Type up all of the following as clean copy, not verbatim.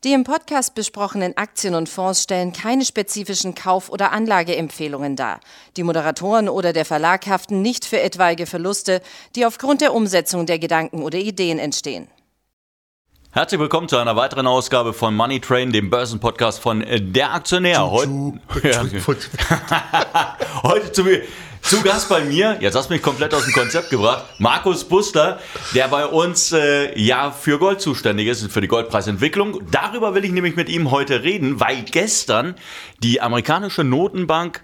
Die im Podcast besprochenen Aktien und Fonds stellen keine spezifischen Kauf- oder Anlageempfehlungen dar. Die Moderatoren oder der Verlag haften nicht für etwaige Verluste, die aufgrund der Umsetzung der Gedanken oder Ideen entstehen. Herzlich willkommen zu einer weiteren Ausgabe von Money Train, dem Börsenpodcast von Der Aktionär. Heute zu Gast bei mir, jetzt hast du mich komplett aus dem Konzept gebracht, Markus Buster, der bei uns für Gold zuständig ist, für die Goldpreisentwicklung. Darüber will ich nämlich mit ihm heute reden, weil gestern die amerikanische Notenbank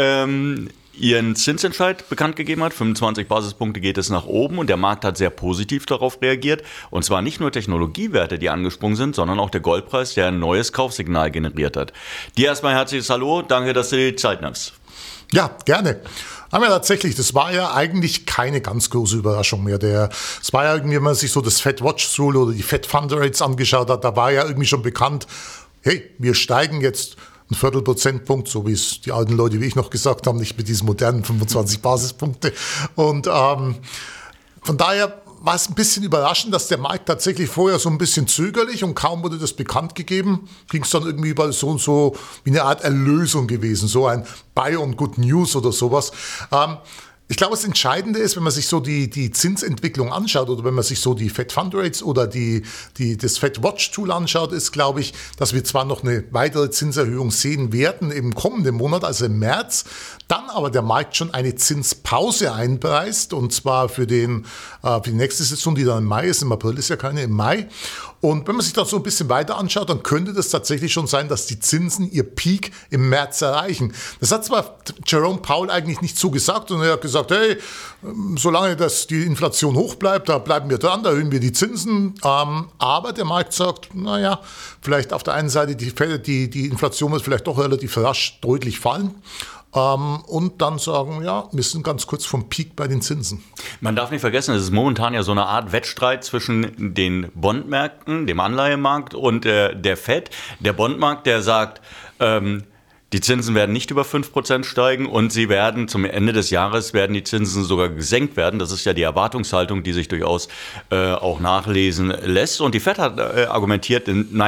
ihren Zinsentscheid bekannt gegeben hat. 25 Basispunkte geht es nach oben und der Markt hat sehr positiv darauf reagiert. Und zwar nicht nur Technologiewerte, die angesprungen sind, sondern auch der Goldpreis, der ein neues Kaufsignal generiert hat. Dir erstmal herzliches Hallo, danke, dass du dir die Zeit nimmst. Ja, gerne. Aber tatsächlich, das war ja eigentlich keine ganz große Überraschung mehr. Es war ja irgendwie, wenn man sich so das Fed Watch Tool oder die Fed Fund Rates angeschaut hat, da war ja irgendwie schon bekannt, hey, wir steigen jetzt ein Viertelprozentpunkt, so wie es die alten Leute wie ich noch gesagt haben, nicht mit diesen modernen 25 Basispunkte. Und von daher war es ein bisschen überraschend, dass der Markt tatsächlich vorher so ein bisschen zögerlich und kaum wurde das bekannt gegeben, ging es dann irgendwie über so wie eine Art Erlösung gewesen, so ein Buy on Good News oder sowas. Ich glaube, das Entscheidende ist, wenn man sich so die Zinsentwicklung anschaut oder wenn man sich so die Fed Fund Rates oder das Fed Watch Tool anschaut, ist, glaube ich, dass wir zwar noch eine weitere Zinserhöhung sehen werden im kommenden Monat, also im März, dann aber der Markt schon eine Zinspause einpreist und zwar für die nächste Sitzung, die dann im Mai ist, im April ist ja keine, im Mai. Und wenn man sich das so ein bisschen weiter anschaut, dann könnte das tatsächlich schon sein, dass die Zinsen ihr Peak im März erreichen. Das hat zwar Jerome Powell eigentlich nicht so gesagt, und er hat gesagt, hey, solange die Inflation hoch bleibt, da bleiben wir dran, da erhöhen wir die Zinsen. Aber der Markt sagt, naja, vielleicht auf der einen Seite die Inflation wird vielleicht doch relativ rasch deutlich fallen. Und dann sagen, ja, wir sind ganz kurz vom Peak bei den Zinsen. Man darf nicht vergessen, es ist momentan ja so eine Art Wettstreit zwischen den Bondmärkten, dem Anleihemarkt und der Fed. Der Bondmarkt, der sagt, die Zinsen werden nicht über 5% steigen und sie werden zum Ende des Jahres werden die Zinsen sogar gesenkt werden. Das ist ja die Erwartungshaltung, die sich durchaus auch nachlesen lässt. Und die Fed hat argumentiert,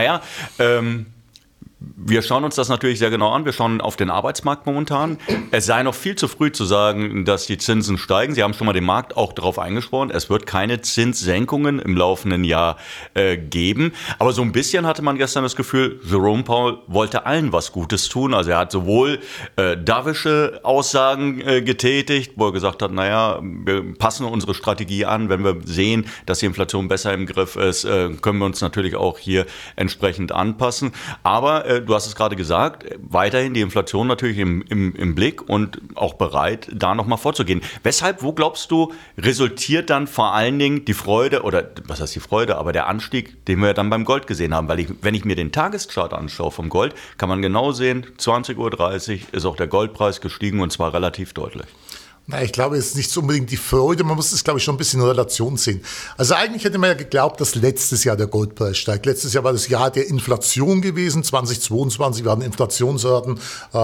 wir schauen uns das natürlich sehr genau an. Wir schauen auf den Arbeitsmarkt momentan. Es sei noch viel zu früh zu sagen, dass die Zinsen steigen. Sie haben schon mal den Markt auch darauf eingeschworen. Es wird keine Zinssenkungen im laufenden Jahr geben. Aber so ein bisschen hatte man gestern das Gefühl, Jerome Powell wollte allen was Gutes tun. Also er hat sowohl dovische Aussagen getätigt, wo er gesagt hat, wir passen unsere Strategie an. Wenn wir sehen, dass die Inflation besser im Griff ist, können wir uns natürlich auch hier entsprechend anpassen. Aber du hast es gerade gesagt, weiterhin die Inflation natürlich im Blick und auch bereit, da nochmal vorzugehen. Wo glaubst du, resultiert dann vor allen Dingen die Freude, oder was heißt die Freude, aber der Anstieg, den wir dann beim Gold gesehen haben? Weil wenn ich mir den Tageschart anschaue vom Gold, kann man genau sehen, 20:30 Uhr ist auch der Goldpreis gestiegen und zwar relativ deutlich. Ich glaube, es ist nicht so unbedingt die Freude, man muss es, glaube ich, schon ein bisschen in Relation sehen. Also eigentlich hätte man ja geglaubt, dass letztes Jahr der Goldpreis steigt. Letztes Jahr war das Jahr der Inflation gewesen, 2022 waren Inflationsraten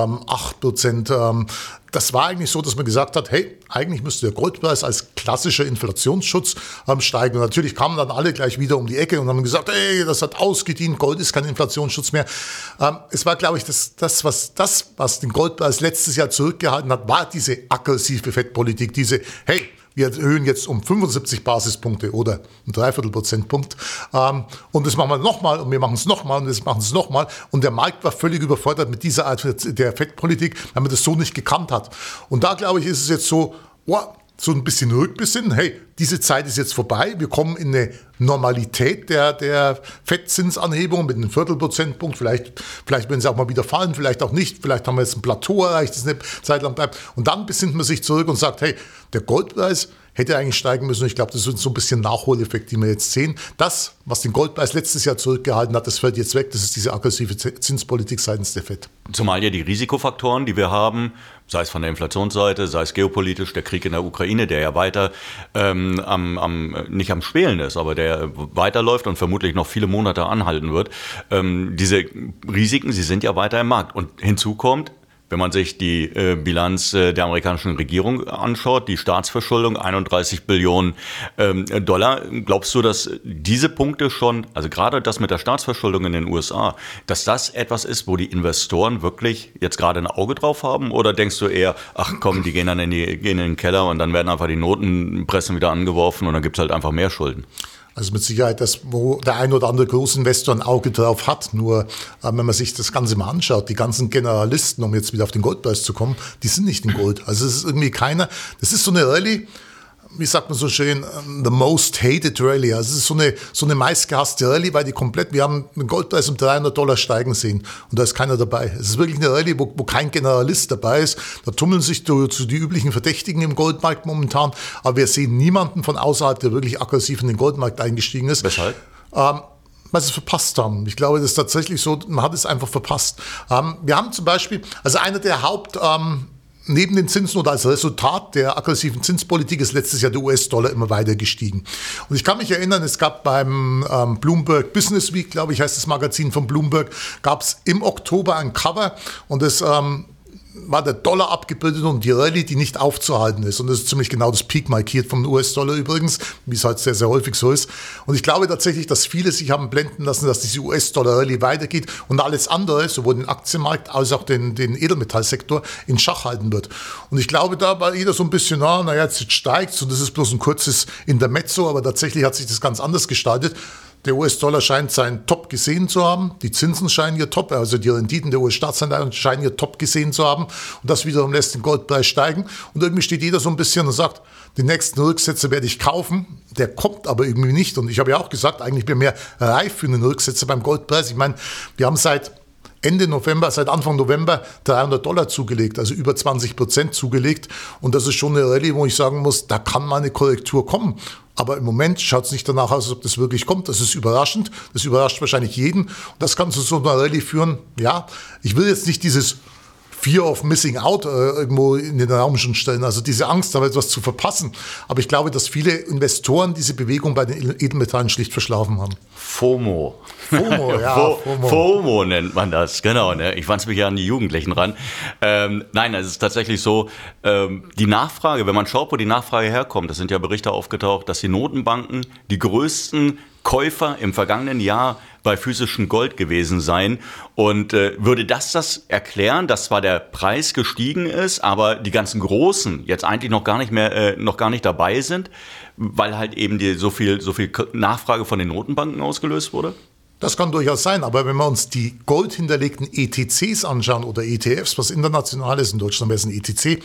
8%. Das war eigentlich so, dass man gesagt hat, hey, eigentlich müsste der Goldpreis als klassischer Inflationsschutz steigen. Und natürlich kamen dann alle gleich wieder um die Ecke und haben gesagt, hey, das hat ausgedient, Gold ist kein Inflationsschutz mehr. Es war, glaube ich, das, was den Goldpreis letztes Jahr zurückgehalten hat, war diese aggressive Fettpolitik, hey, wir erhöhen jetzt um 75 Basispunkte oder ein Dreiviertel-Prozentpunkt. Und das machen wir nochmal und wir machen es nochmal und wir machen es nochmal. Und der Markt war völlig überfordert mit dieser Art der Fettpolitik, weil man das so nicht gekannt hat. Und da, glaube ich, ist es jetzt so ein bisschen Rückbesinnen. Hey, diese Zeit ist jetzt vorbei. Wir kommen in eine Normalität der Fettzinsanhebung mit einem Viertelprozentpunkt. Vielleicht werden sie auch mal wieder fallen, vielleicht auch nicht. Vielleicht haben wir jetzt ein Plateau erreicht, das eine Zeit lang bleibt. Und dann besinnt man sich zurück und sagt, hey, der Goldpreis hätte eigentlich steigen müssen. Ich glaube, das ist so ein bisschen Nachholeffekt, den wir jetzt sehen. Das, was den Goldpreis letztes Jahr zurückgehalten hat, das fällt jetzt weg. Das ist diese aggressive Zinspolitik seitens der Fed. Zumal ja die Risikofaktoren, die wir haben, sei es von der Inflationsseite, sei es geopolitisch, der Krieg in der Ukraine, der ja weiter nicht am Schwelen ist, aber der weiterläuft und vermutlich noch viele Monate anhalten wird. Diese Risiken, sie sind ja weiter im Markt. Und hinzu kommt, Wenn man sich die Bilanz der amerikanischen Regierung anschaut, die Staatsverschuldung 31 Billionen Dollar, glaubst du, dass diese Punkte schon, also gerade das mit der Staatsverschuldung in den USA, dass das etwas ist, wo die Investoren wirklich jetzt gerade ein Auge drauf haben? Oder denkst du eher, ach komm, die gehen dann gehen in den Keller und dann werden einfach die Notenpressen wieder angeworfen und dann gibt es halt einfach mehr Schulden? Also mit Sicherheit das, wo der ein oder andere Großinvestor ein Auge drauf hat. Nur wenn man sich das Ganze mal anschaut, die ganzen Generalisten, um jetzt wieder auf den Goldpreis zu kommen, die sind nicht in Gold. Also es ist irgendwie keiner. Das ist so eine Rallye, wie sagt man so schön, the most hated Rallye. Also es ist so eine meistgehasste Rallye, weil wir haben den Goldpreis um $300 steigen sehen und da ist keiner dabei. Es ist wirklich eine Rallye, wo kein Generalist dabei ist. Da tummeln sich die üblichen Verdächtigen im Goldmarkt momentan, aber wir sehen niemanden von außerhalb, der wirklich aggressiv in den Goldmarkt eingestiegen ist. Weshalb? Weil sie es verpasst haben. Ich glaube, das ist tatsächlich so, man hat es einfach verpasst. Wir haben zum Beispiel, also einer der neben den Zinsen oder als Resultat der aggressiven Zinspolitik ist letztes Jahr der US-Dollar immer weiter gestiegen. Und ich kann mich erinnern, es gab beim Bloomberg Business Week, glaube ich, heißt das Magazin von Bloomberg, gab es im Oktober ein Cover und das war der Dollar abgebildet und die Rallye, die nicht aufzuhalten ist. Und das ist ziemlich genau das Peak markiert vom US-Dollar übrigens, wie es halt sehr, sehr häufig so ist. Und ich glaube tatsächlich, dass viele sich haben blenden lassen, dass diese US-Dollar-Rallye weitergeht und alles andere, sowohl den Aktienmarkt als auch den Edelmetallsektor, in Schach halten wird. Und ich glaube, da war jeder so ein bisschen, jetzt steigt es und das ist bloß ein kurzes Intermezzo, aber tatsächlich hat sich das ganz anders gestaltet. Der US-Dollar scheint seinen Top gesehen zu haben. Die Zinsen scheinen ihr Top, also die Renditen der US-Staatsanleihen scheinen ihr Top gesehen zu haben. Und das wiederum lässt den Goldpreis steigen. Und irgendwie steht jeder so ein bisschen und sagt, die nächsten Rücksätze werde ich kaufen. Der kommt aber irgendwie nicht. Und ich habe ja auch gesagt, eigentlich bin ich mehr reif für einen Rücksetzer beim Goldpreis. Ich meine, wir haben seit Anfang November $300 zugelegt, also über 20% zugelegt. Und das ist schon eine Rallye, wo ich sagen muss, da kann mal eine Korrektur kommen. Aber im Moment schaut es nicht danach aus, als ob das wirklich kommt. Das ist überraschend. Das überrascht wahrscheinlich jeden. Und das kann zu so einer Rallye führen. Ja, ich will jetzt nicht dieses Fear of Missing Out irgendwo in den Raum schon stellen, also diese Angst, aber etwas zu verpassen. Aber ich glaube, dass viele Investoren diese Bewegung bei den Edelmetallen schlicht verschlafen haben. FOMO. FOMO. FOMO nennt man das, genau. Ne? Ich wand's mich ja an die Jugendlichen ran. Nein, es ist tatsächlich so, die Nachfrage, wenn man schaut, wo die Nachfrage herkommt, das sind ja Berichte aufgetaucht, dass die Notenbanken die größten Käufer im vergangenen Jahr bei physischem Gold gewesen sein. Und würde das erklären, dass zwar der Preis gestiegen ist, aber die ganzen Großen jetzt eigentlich noch gar nicht dabei sind, weil halt eben so viel Nachfrage von den Notenbanken ausgelöst wurde? Das kann durchaus sein, aber wenn wir uns die goldhinterlegten ETCs anschauen oder ETFs, was international ist, in Deutschland wäre es ein ETC,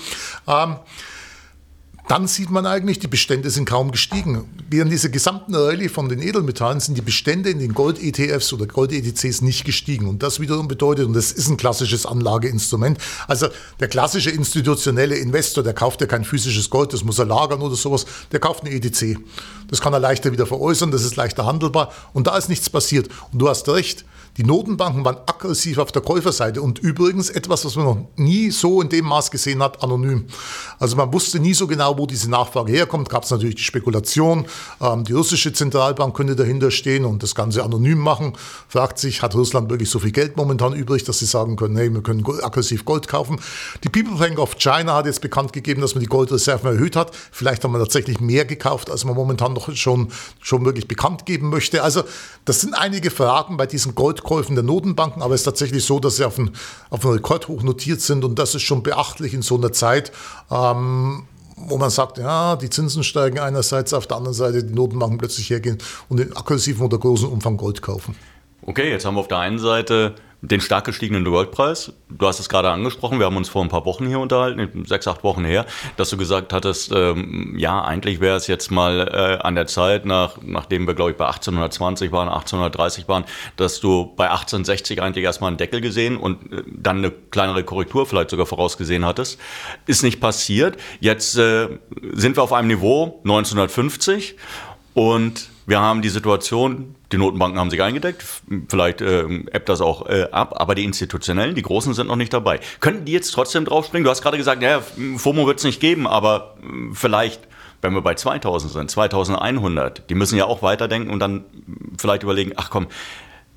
dann sieht man eigentlich, die Bestände sind kaum gestiegen. Während dieser gesamten Rallye von den Edelmetallen sind die Bestände in den Gold-ETFs oder Gold-ETCs nicht gestiegen. Und das wiederum bedeutet, und das ist ein klassisches Anlageinstrument, also der klassische institutionelle Investor, der kauft ja kein physisches Gold, das muss er lagern oder sowas, der kauft eine ETC. Das kann er leichter wieder veräußern, das ist leichter handelbar und da ist nichts passiert. Und du hast recht, die Notenbanken waren aggressiv auf der Käuferseite und übrigens etwas, was man noch nie so in dem Maß gesehen hat, anonym. Also man wusste nie so genau, wo diese Nachfrage herkommt. Gab es natürlich die Spekulation, die russische Zentralbank könnte dahinter stehen und das Ganze anonym machen. Fragt sich, hat Russland wirklich so viel Geld momentan übrig, dass sie sagen können, hey, wir können aggressiv Gold kaufen. Die People Bank of China hat jetzt bekannt gegeben, dass man die Goldreserven erhöht hat. Vielleicht haben wir tatsächlich mehr gekauft, als man momentan noch schon wirklich bekannt geben möchte. Also das sind einige Fragen bei diesen Goldkäufen der Notenbanken, aber es ist tatsächlich so, dass sie auf einen Rekordhoch notiert sind und das ist schon beachtlich in so einer Zeit, wo man sagt, ja, die Zinsen steigen einerseits, auf der anderen Seite die Notenbanken plötzlich hergehen und in aggressiven oder großen Umfang Gold kaufen. Okay, jetzt haben wir auf der einen Seite den stark gestiegenen Goldpreis. Du hast es gerade angesprochen, wir haben uns vor ein paar Wochen hier unterhalten, 6-8 Wochen her, dass du gesagt hattest, ja, eigentlich wäre es jetzt mal an der Zeit, nachdem wir, glaube ich, bei 1820 waren, 1830 waren, dass du bei 1860 eigentlich erstmal einen Deckel gesehen und dann eine kleinere Korrektur vielleicht sogar vorausgesehen hattest. Ist nicht passiert. Jetzt sind wir auf einem Niveau 1950 und wir haben die Situation, die Notenbanken haben sich eingedeckt, vielleicht ebbt das auch ab, aber die Institutionellen, die Großen sind noch nicht dabei. Könnten die jetzt trotzdem draufspringen? Du hast gerade gesagt, naja, FOMO wird es nicht geben, aber vielleicht, wenn wir bei 2000 sind, 2100, die müssen ja auch weiterdenken und dann vielleicht überlegen, ach komm,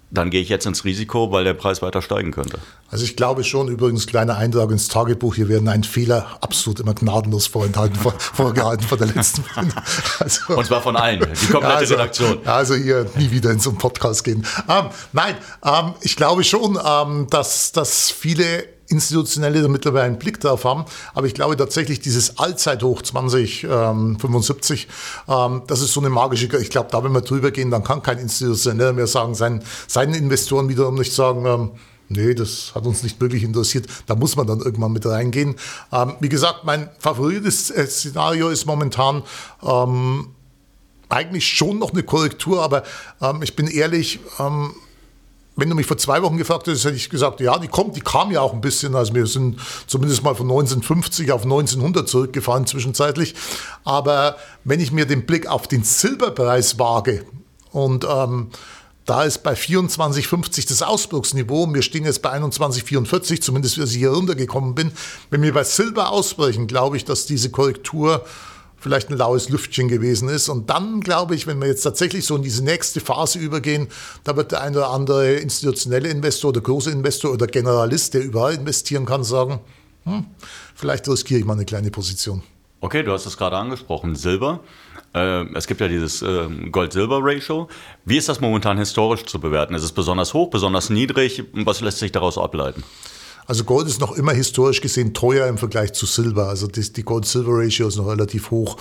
dann gehe ich jetzt ins Risiko, weil der Preis weiter steigen könnte. Also ich glaube schon, übrigens kleiner Eintrag ins Tagebuch, hier werden ein Fehler absolut immer gnadenlos vorgehalten von der letzten. Und zwar von allen, die komplette Redaktion. Also hier nie wieder in so einen Podcast gehen. Ich glaube schon, dass viele Institutionelle da mittlerweile einen Blick drauf haben, aber ich glaube tatsächlich dieses Allzeithoch 2075, das ist so eine magische, ich glaube, da wenn wir drüber gehen, dann kann kein Institutioneller mehr sagen, seinen Investoren wiederum nicht sagen, nee, das hat uns nicht wirklich interessiert. Da muss man dann irgendwann mit reingehen. Wie gesagt, mein favorites Szenario ist momentan eigentlich schon noch eine Korrektur, aber ich bin ehrlich, wenn du mich vor 2 Wochen gefragt hättest, hätte ich gesagt, ja, die kam ja auch ein bisschen. Also wir sind zumindest mal von 1950 auf 1900 zurückgefahren zwischenzeitlich. Aber wenn ich mir den Blick auf den Silberpreis wage und da ist bei 24,50 das Ausbruchsniveau, wir stehen jetzt bei 21,44, zumindest als ich hier runtergekommen bin. Wenn wir bei Silber ausbrechen, glaube ich, dass diese Korrektur vielleicht ein laues Lüftchen gewesen ist. Und dann glaube ich, wenn wir jetzt tatsächlich so in diese nächste Phase übergehen, da wird der ein oder andere institutionelle Investor oder große Investor oder Generalist, der überall investieren kann, sagen, vielleicht riskiere ich mal eine kleine Position. Okay, du hast es gerade angesprochen, Silber. Es gibt ja dieses Gold-Silber-Ratio. Wie ist das momentan historisch zu bewerten? Ist es besonders hoch, besonders niedrig? Was lässt sich daraus ableiten? Also Gold ist noch immer historisch gesehen teuer im Vergleich zu Silber. Also die Gold-Silber-Ratio ist noch relativ hoch.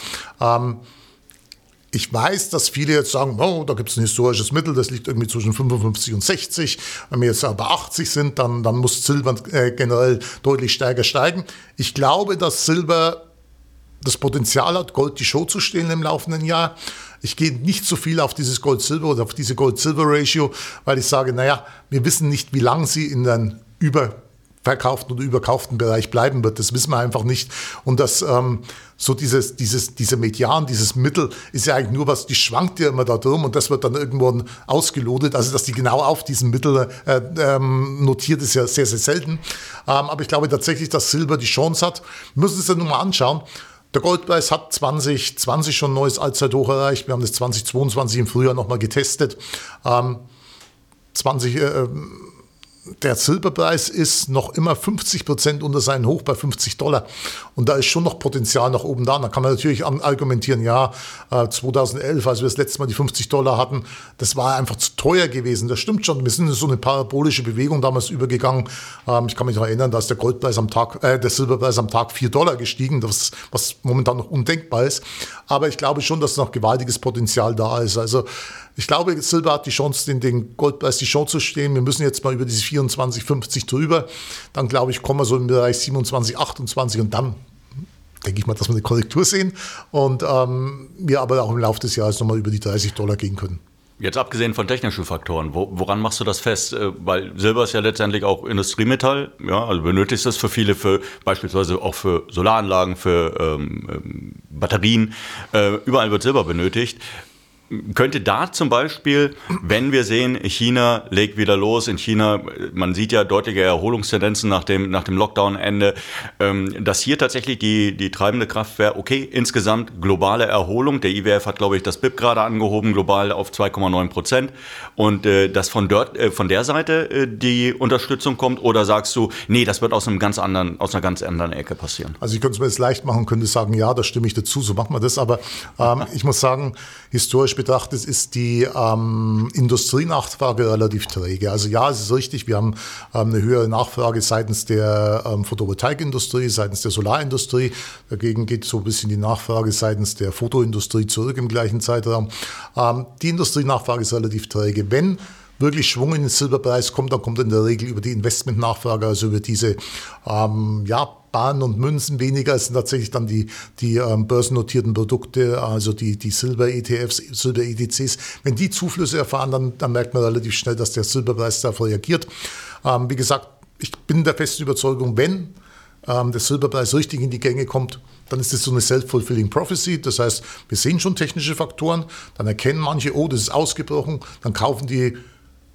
Ich weiß, dass viele jetzt sagen, da gibt es ein historisches Mittel, das liegt irgendwie zwischen 55 und 60. Wenn wir jetzt aber 80 sind, dann muss Silber generell deutlich stärker steigen. Ich glaube, dass Silber das Potenzial hat, Gold die Show zu stehlen im laufenden Jahr. Ich gehe nicht so viel auf dieses Gold-Silber oder auf diese Gold-Silber-Ratio, weil ich sage, wir wissen nicht, wie lange sie in den überverkauften oder überkauften Bereich bleiben wird. Das wissen wir einfach nicht. Und das dieser Median, dieses Mittel ist ja eigentlich nur was, die schwankt ja immer da drum und das wird dann irgendwo ausgelotet. Also dass die genau auf diesem Mittel notiert, ist ja sehr, sehr selten. Aber ich glaube tatsächlich, dass Silber die Chance hat. Wir müssen es ja nur mal anschauen. Der Goldpreis hat 2020 schon ein neues Allzeithoch erreicht. Wir haben das 2022 im Frühjahr nochmal getestet. Der Silberpreis ist noch immer 50% unter seinen Hoch bei $50. Und da ist schon noch Potenzial nach oben da. Da kann man natürlich argumentieren, 2011, als wir das letzte Mal die $50 hatten, das war einfach zu teuer gewesen. Das stimmt schon. Wir sind in so eine parabolische Bewegung damals übergegangen. Ich kann mich noch erinnern, da ist der Silberpreis am Tag $4 gestiegen, was momentan noch undenkbar ist. Aber ich glaube schon, dass noch gewaltiges Potenzial da ist. Also ich glaube, Silber hat die Chance, den Goldpreis die Show zu stehen. Wir müssen jetzt mal über diese 24,50 drüber. Dann, glaube ich, kommen wir so im Bereich 27, 28 und dann denke ich mal, dass wir eine Korrektur sehen und wir aber auch im Laufe des Jahres nochmal über die $30 gehen können. Jetzt abgesehen von technischen Faktoren, woran machst du das fest? Weil Silber ist ja letztendlich auch Industriemetall, also benötigst es für viele, beispielsweise auch für Solaranlagen, für Batterien, überall wird Silber benötigt. Könnte da zum Beispiel, wenn wir sehen, China legt wieder los, in China, man sieht ja deutliche Erholungstendenzen nach dem Lockdown-Ende, dass hier tatsächlich die treibende Kraft wäre, okay, insgesamt globale Erholung. Der IWF hat, glaube ich, das BIP gerade angehoben, global auf 2,9%. Und dass von der Seite die Unterstützung kommt, oder sagst du, nee, das wird aus einer ganz anderen Ecke passieren? Also ich könnte es mir jetzt leicht machen, könnte sagen, ja, da stimme ich dazu, so machen wir das. Aber ich muss sagen, historisch betrachtet ist die Industrienachfrage relativ träge. Also ja, es ist richtig, wir haben eine höhere Nachfrage seitens der Photovoltaikindustrie, seitens der Solarindustrie. Dagegen geht so ein bisschen die Nachfrage seitens der Fotoindustrie zurück im gleichen Zeitraum. Die Industrienachfrage ist relativ träge. Wenn wirklich Schwung in den Silberpreis kommt, dann kommt in der Regel über die Investmentnachfrage, also über diese Bahnen und Münzen weniger. Es sind tatsächlich dann die börsennotierten Produkte, also die Silber-ETFs, Silber-ETCs. Wenn die Zuflüsse erfahren, dann merkt man relativ schnell, dass der Silberpreis darauf reagiert. Wie gesagt, ich bin der festen Überzeugung, wenn der Silberpreis richtig in die Gänge kommt, dann ist das so eine self-fulfilling prophecy. Das heißt, wir sehen schon technische Faktoren, dann erkennen manche, das ist ausgebrochen, dann kaufen die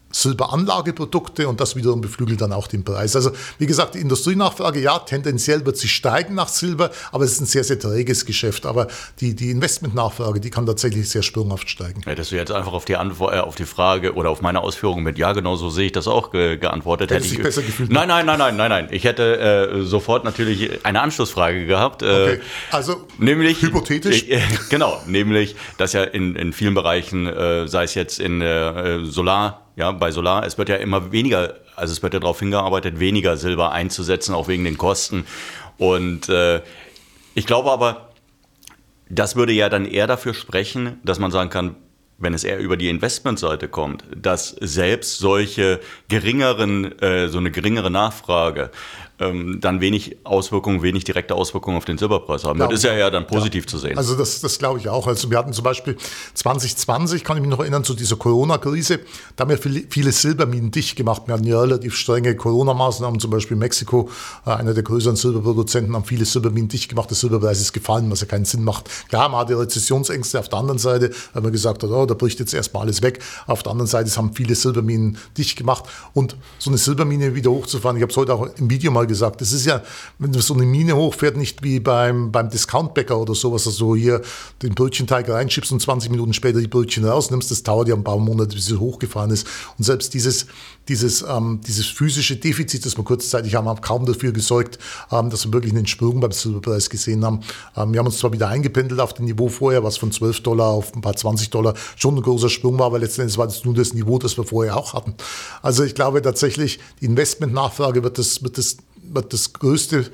Silberanlageprodukte und das wiederum beflügelt dann auch den Preis. Also wie gesagt, die Industrienachfrage, ja, tendenziell wird sie steigen nach Silber, aber es ist ein sehr, sehr träges Geschäft. Aber die Investmentnachfrage, die kann tatsächlich sehr sprunghaft steigen. Hättest du jetzt einfach auf die Frage oder auf meine Ausführung mit ja, genau so sehe ich das auch geantwortet. Hättest du dich besser gefühlt? Nein. Ich hätte sofort natürlich eine Anschlussfrage gehabt. Okay, also nämlich, hypothetisch? Nämlich, dass ja in vielen Bereichen, sei es jetzt in Solar, ja, bei Solar, es wird ja immer weniger, also es wird ja darauf hingearbeitet, weniger Silber einzusetzen, auch wegen den Kosten. Und ich glaube aber, das würde ja dann eher dafür sprechen, dass man sagen kann, wenn es eher über die Investmentseite kommt, dass selbst solche so eine geringere Nachfrage dann wenig direkte Auswirkungen auf den Silberpreis haben. Das ist ja dann positiv zu sehen. Also das glaube ich auch. Also wir hatten zum Beispiel 2020, kann ich mich noch erinnern, zu dieser Corona-Krise, da haben wir viele Silberminen dicht gemacht. Wir hatten ja relativ strenge Corona-Maßnahmen, zum Beispiel Mexiko, einer der größeren Silberproduzenten, haben viele Silberminen dicht gemacht. Der Silberpreis ist gefallen, was ja keinen Sinn macht. Klar, man hatte Rezessionsängste auf der anderen Seite, weil man gesagt hat, da bricht jetzt erstmal alles weg. Auf der anderen Seite haben viele Silberminen dicht gemacht. Und so eine Silbermine wieder hochzufahren, ich habe es heute auch im Video mal gesagt, das ist ja, wenn so eine Mine hochfährt, nicht wie beim Discount-Bäcker oder sowas, also hier den Brötchenteig reinschiebst und 20 Minuten später die Brötchen rausnimmst, das dauert ja ein paar Monate, bis sie hochgefahren ist. Und selbst dieses physische Defizit, das wir kurzzeitig haben, hat kaum dafür gesorgt, dass wir wirklich einen Sprung beim Silberpreis gesehen haben. Wir haben uns zwar wieder eingependelt auf dem Niveau vorher, was von $12 auf ein paar $20 schon ein großer Sprung war, aber letztendlich war das nur das Niveau, das wir vorher auch hatten. Also ich glaube tatsächlich, die Investmentnachfrage wird das größte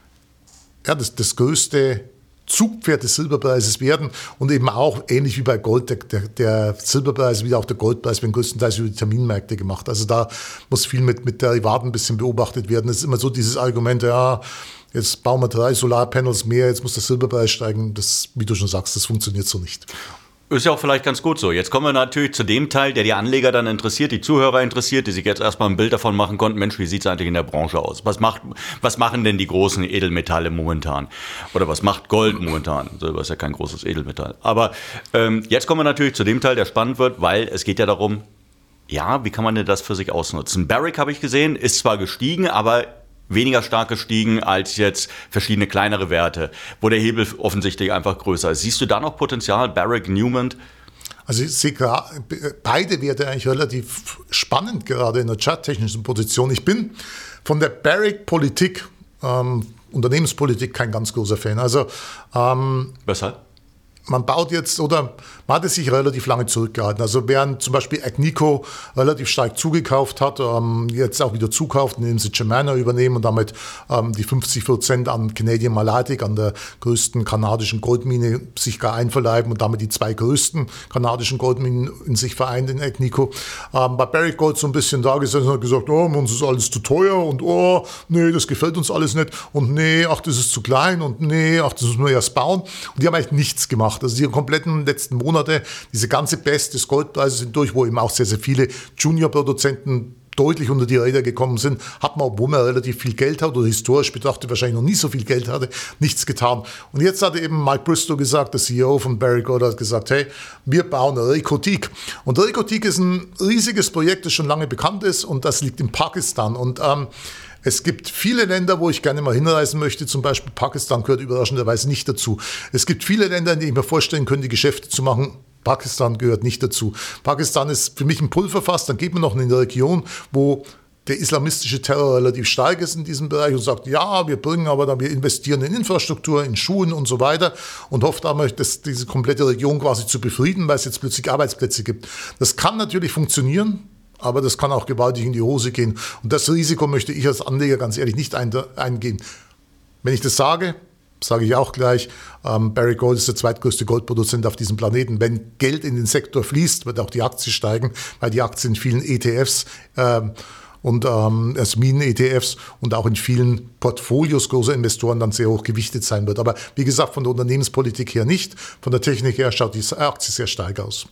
Zugpferd des Silberpreises werden und eben auch ähnlich wie bei Gold, der Silberpreis wie auch der Goldpreis werden größtenteils über die Terminmärkte gemacht. Also da muss viel mit Derivaten ein bisschen beobachtet werden. Es ist immer so dieses Argument, ja, jetzt bauen wir 3 Solarpanels mehr, jetzt muss der Silberpreis steigen. Das, wie du schon sagst, das funktioniert so nicht. Ist ja auch vielleicht ganz gut so. Jetzt kommen wir natürlich zu dem Teil, der die Anleger dann interessiert, die Zuhörer interessiert, die sich jetzt erstmal ein Bild davon machen konnten, Mensch, wie sieht es eigentlich in der Branche aus? Was machen denn die großen Edelmetalle momentan? Oder was macht Gold momentan? Silber ist ja kein großes Edelmetall. Aber jetzt kommen wir natürlich zu dem Teil, der spannend wird, weil es geht ja darum, ja, wie kann man denn das für sich ausnutzen? Barrick, habe ich gesehen, ist zwar gestiegen, aber weniger stark gestiegen als jetzt verschiedene kleinere Werte, wo der Hebel offensichtlich einfach größer ist. Siehst du da noch Potenzial, Barrick, Newmont? Also ich sehe beide Werte eigentlich relativ spannend, gerade in der charttechnischen Position. Ich bin von der Barrick-Politik, Unternehmenspolitik, kein ganz großer Fan. Also weshalb? Man baut jetzt, oder man hat es sich relativ lange zurückgehalten. Also während zum Beispiel Agnico relativ stark zugekauft hat, jetzt auch wieder zukauft, indem sie Germana übernehmen und damit die 50% an Canadian Malartic, an der größten kanadischen Goldmine, sich gar einverleiben und damit die 2 größten kanadischen Goldminen in sich vereint in Agnico. Bei Barrick Gold so ein bisschen da gesessen und hat gesagt, uns ist alles zu teuer und nee, das gefällt uns alles nicht und nee, ach, das ist zu klein und nee, ach, das müssen wir erst bauen. Und die haben eigentlich nichts gemacht. Also die kompletten letzten Monate, diese ganze Best des Goldpreises sind durch, wo eben auch sehr, sehr viele Junior-Produzenten deutlich unter die Räder gekommen sind, hat man, obwohl man relativ viel Geld hat oder historisch betrachtet wahrscheinlich noch nie so viel Geld hatte, nichts getan. Und jetzt hat eben Mike Bristow gesagt, der CEO von Barrick Gold, hat gesagt, hey, wir bauen Reko Diq. Und Reko Diq ist ein riesiges Projekt, das schon lange bekannt ist und das liegt in Pakistan. Und es gibt viele Länder, wo ich gerne mal hinreisen möchte, zum Beispiel Pakistan gehört überraschenderweise nicht dazu. Es gibt viele Länder, in denen ich mir vorstellen könnte, Geschäfte zu machen. Pakistan gehört nicht dazu. Pakistan ist für mich ein Pulverfass, dann geht man noch in eine Region, wo der islamistische Terror relativ stark ist in diesem Bereich und sagt, ja, wir investieren in Infrastruktur, in Schulen und so weiter und hofft damit, dass diese komplette Region quasi zu befrieden, weil es jetzt plötzlich Arbeitsplätze gibt. Das kann natürlich funktionieren, aber das kann auch gewaltig in die Hose gehen. Und das Risiko möchte ich als Anleger ganz ehrlich nicht eingehen. Wenn ich das sage ich auch gleich, Barrick Gold ist der zweitgrößte Goldproduzent auf diesem Planeten. Wenn Geld in den Sektor fließt, wird auch die Aktie steigen, weil die Aktie in vielen ETFs und als Minen-ETFs und auch in vielen Portfolios großer Investoren dann sehr hoch gewichtet sein wird. Aber wie gesagt, von der Unternehmenspolitik her nicht. Von der Technik her schaut die Aktie sehr stark aus.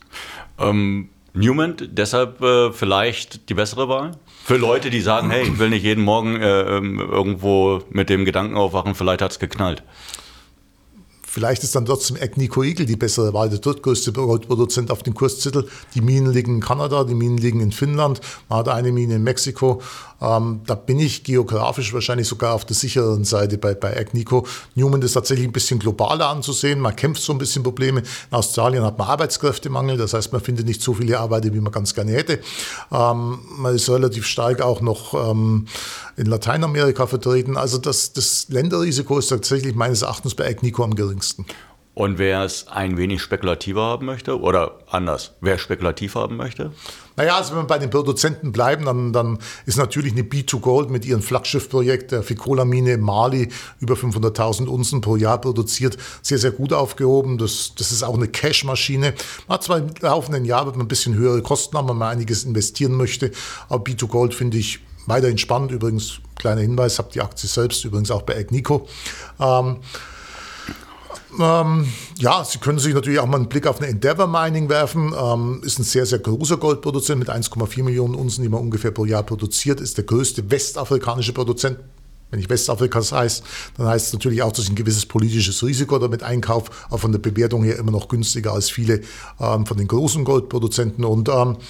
Newmont, deshalb vielleicht die bessere Wahl? Für Leute, die sagen, hey, ich will nicht jeden Morgen irgendwo mit dem Gedanken aufwachen, vielleicht hat es geknallt. Vielleicht ist dann trotzdem Agnico Eagle die bessere Wahl, der drittgrößte Goldproduzent auf dem Kurszettel. Die Minen liegen in Kanada, die Minen liegen in Finnland, man hat eine Mine in Mexiko. Da bin ich geografisch wahrscheinlich sogar auf der sichereren Seite bei Agnico. Newmont ist tatsächlich ein bisschen globaler anzusehen, man kämpft so ein bisschen Probleme. In Australien hat man Arbeitskräftemangel, das heißt, man findet nicht so viele Arbeiter, wie man ganz gerne hätte. Man ist relativ stark auch noch in Lateinamerika vertreten. Also das Länderrisiko ist tatsächlich meines Erachtens bei Agnico am geringsten. Und wer es ein wenig spekulativer haben möchte, oder anders, wer spekulativ haben möchte? Naja, also wenn wir bei den Produzenten bleiben, dann ist natürlich eine B2Gold mit ihrem Flaggschiffprojekt der Fekola-Mine in Mali über 500.000 Unzen pro Jahr produziert, sehr, sehr gut aufgehoben. Das ist auch eine Cash-Maschine. Man hat zwar im laufenden Jahr wird man ein bisschen höhere Kosten haben, wenn man einiges investieren möchte, aber B2Gold finde ich weiterhin spannend. Übrigens, kleiner Hinweis, habe die Aktie selbst, übrigens auch bei Agnico. Ja, Sie können sich natürlich auch mal einen Blick auf eine Endeavour Mining werfen. Ist ein sehr, sehr großer Goldproduzent mit 1,4 Millionen Unzen, die man ungefähr pro Jahr produziert. Ist der größte westafrikanische Produzent. Wenn ich Westafrika heißt, dann heißt es natürlich auch, dass ich ein gewisses politisches Risiko damit einkaufe, aber von der Bewertung her immer noch günstiger als viele von den großen Goldproduzenten. Und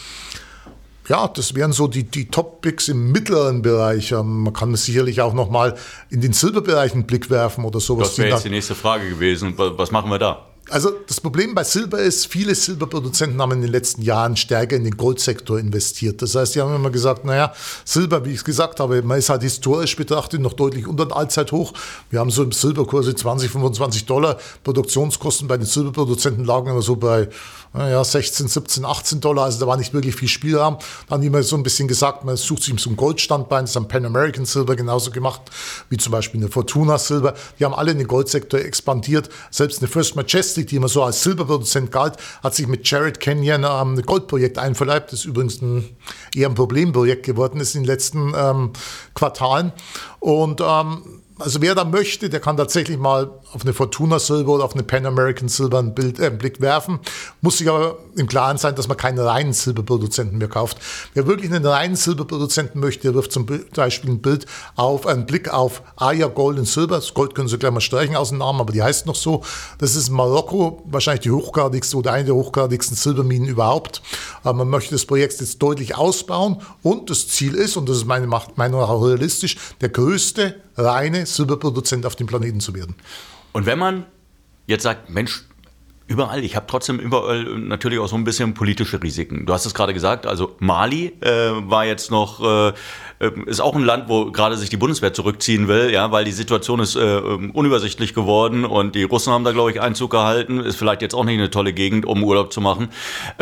ja, das wären so die Top-Picks im mittleren Bereich. Man kann sicherlich auch noch mal in den Silberbereich einen Blick werfen oder sowas. Das wäre jetzt die nächste Frage gewesen. Was machen wir da? Also das Problem bei Silber ist, viele Silberproduzenten haben in den letzten Jahren stärker in den Goldsektor investiert. Das heißt, die haben immer gesagt, naja, Silber, wie ich es gesagt habe, man ist halt historisch betrachtet noch deutlich unter den Allzeithoch. Wir haben so im Silberkurse $20-25. Produktionskosten bei den Silberproduzenten lagen immer so bei 16, 17, $18. Also da war nicht wirklich viel Spielraum. Dann haben die immer so ein bisschen gesagt, man sucht sich so ein Goldstandbein. Das haben Pan American Silver genauso gemacht, wie zum Beispiel eine Fortuna Silver. Die haben alle in den Goldsektor expandiert. Selbst eine First Majestic, die immer so als Silberproduzent galt, hat sich mit Jared Canyon ein Goldprojekt einverleibt. Das ist übrigens eher ein Problemprojekt geworden ist in den letzten Quartalen. Und also wer da möchte, der kann tatsächlich mal auf eine Fortuna Silver oder auf eine Pan American Silver einen Blick werfen. Muss sich aber im Klaren sein, dass man keinen reinen Silberproduzenten mehr kauft. Wer wirklich einen reinen Silberproduzenten möchte, der wirft zum Beispiel einen Blick auf Aya Gold und Silber. Das Gold können Sie gleich mal streichen aus dem Namen, aber die heißt noch so. Das ist in Marokko wahrscheinlich die hochgradigste oder eine der hochgradigsten Silberminen überhaupt. Man möchte das Projekt jetzt deutlich ausbauen und das Ziel ist, und das ist meine Meinung nach auch realistisch, der größte reine Silberproduzent auf dem Planeten zu werden. Und wenn man jetzt sagt, Mensch, ich habe trotzdem überall natürlich auch so ein bisschen politische Risiken. Du hast es gerade gesagt, also Mali war jetzt noch, ist auch ein Land, wo gerade sich die Bundeswehr zurückziehen will, ja, weil die Situation ist unübersichtlich geworden und die Russen haben da, glaube ich, Einzug gehalten. Ist vielleicht jetzt auch nicht eine tolle Gegend, um Urlaub zu machen.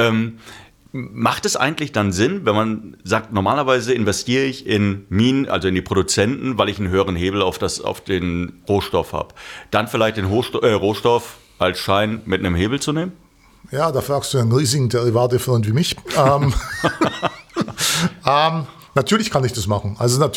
Macht es eigentlich dann Sinn, wenn man sagt, normalerweise investiere ich in Minen, also in die Produzenten, weil ich einen höheren Hebel auf den Rohstoff habe, dann vielleicht den Rohstoff als Schein mit einem Hebel zu nehmen? Ja, da fragst du einen riesigen Derivatefreund wie mich. Natürlich kann ich das machen.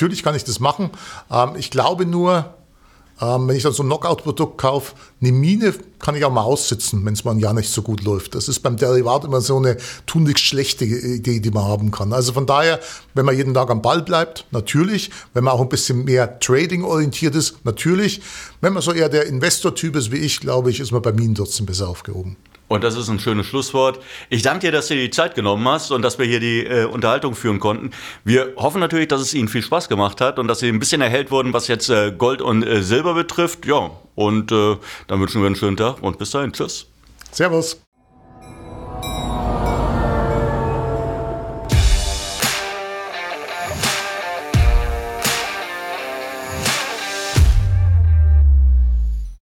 Ich glaube nur, wenn ich dann so ein Knockout-Produkt kaufe, eine Mine kann ich auch mal aussitzen, wenn es mal ein Jahr nicht so gut läuft. Das ist beim Derivat immer so eine tunlichst schlechte Idee, die man haben kann. Also von daher, wenn man jeden Tag am Ball bleibt, natürlich. Wenn man auch ein bisschen mehr Trading-orientiert ist, natürlich. Wenn man so eher der Investor-Typ ist wie ich, glaube ich, ist man bei Minen trotzdem besser aufgehoben. Und das ist ein schönes Schlusswort. Ich danke dir, dass du dir die Zeit genommen hast und dass wir hier die Unterhaltung führen konnten. Wir hoffen natürlich, dass es Ihnen viel Spaß gemacht hat und dass Sie ein bisschen erhellt wurden, was jetzt Gold und Silber betrifft. Ja, und dann wünschen wir einen schönen Tag und bis dahin. Tschüss. Servus.